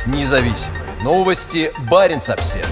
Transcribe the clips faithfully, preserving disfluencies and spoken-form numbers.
Независимые новости. Баренц-Обсервер.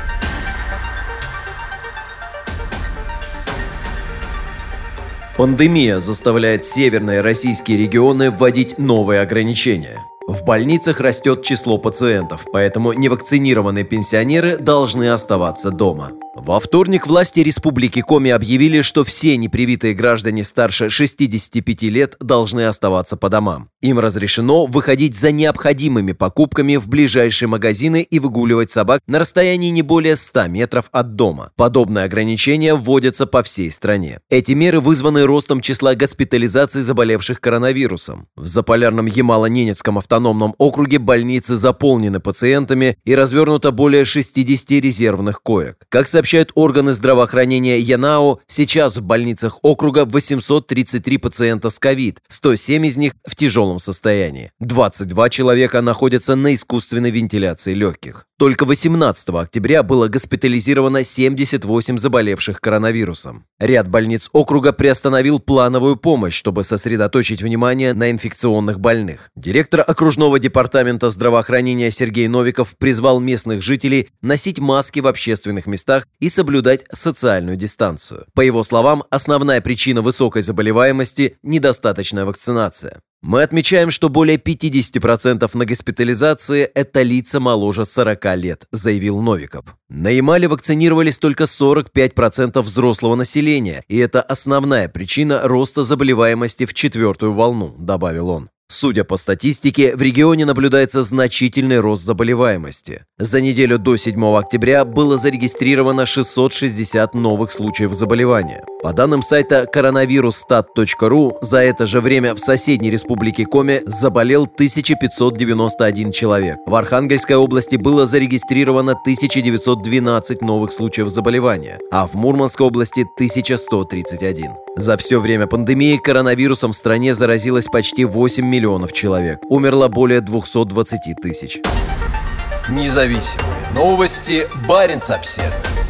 Пандемия заставляет северные российские регионы вводить новые ограничения. В больницах растет число пациентов, поэтому невакцинированные пенсионеры должны оставаться дома. Во вторник власти Республики Коми объявили, что все непривитые граждане старше шестидесяти пяти лет должны оставаться по домам. Им разрешено выходить за необходимыми покупками в ближайшие магазины и выгуливать собак на расстоянии не более ста метров от дома. Подобные ограничения вводятся по всей стране. Эти меры вызваны ростом числа госпитализаций заболевших коронавирусом. В Заполярном Ямало-Ненецком автономном округе больницы заполнены пациентами и развернуто более шестидесяти резервных коек. Как сообщают органы здравоохранения Янау, сейчас в больницах округа восемьсот тридцать три пациента с ковид, сто семь из них в тяжелом состоянии. двадцать два человека находятся на искусственной вентиляции легких. Только восемнадцатого октября было госпитализировано семьдесят восемь заболевших коронавирусом. Ряд больниц округа приостановил плановую помощь, чтобы сосредоточить внимание на инфекционных больных. Директор окружного департамента здравоохранения Сергей Новиков призвал местных жителей носить маски в общественных местах и соблюдать социальную дистанцию. По его словам, основная причина высокой заболеваемости – недостаточная вакцинация. Мы отмечаем, что более пятьдесят процентов на госпитализации – это лица моложе сорока лет, заявил Новиков. На Ямале вакцинировались только сорок пять процентов взрослого населения, и это основная причина роста заболеваемости в четвертую волну, добавил он. Судя по статистике, в регионе наблюдается значительный рост заболеваемости. За неделю до седьмого октября было зарегистрировано шестьсот шестьдесят новых случаев заболевания. По данным сайта коронавирус стат точка ру, за это же время в соседней республике Коми заболел тысяча пятьсот девяносто один человек. В Архангельской области было зарегистрировано тысяча девятьсот двенадцать новых случаев заболевания, а в Мурманской области тысяча сто тридцать один. За все время пандемии коронавирусом в стране заразилось почти восемь миллионов человек. Умерло более двухсот двадцати тысяч. Независимые новости. Баренц-Обсервер.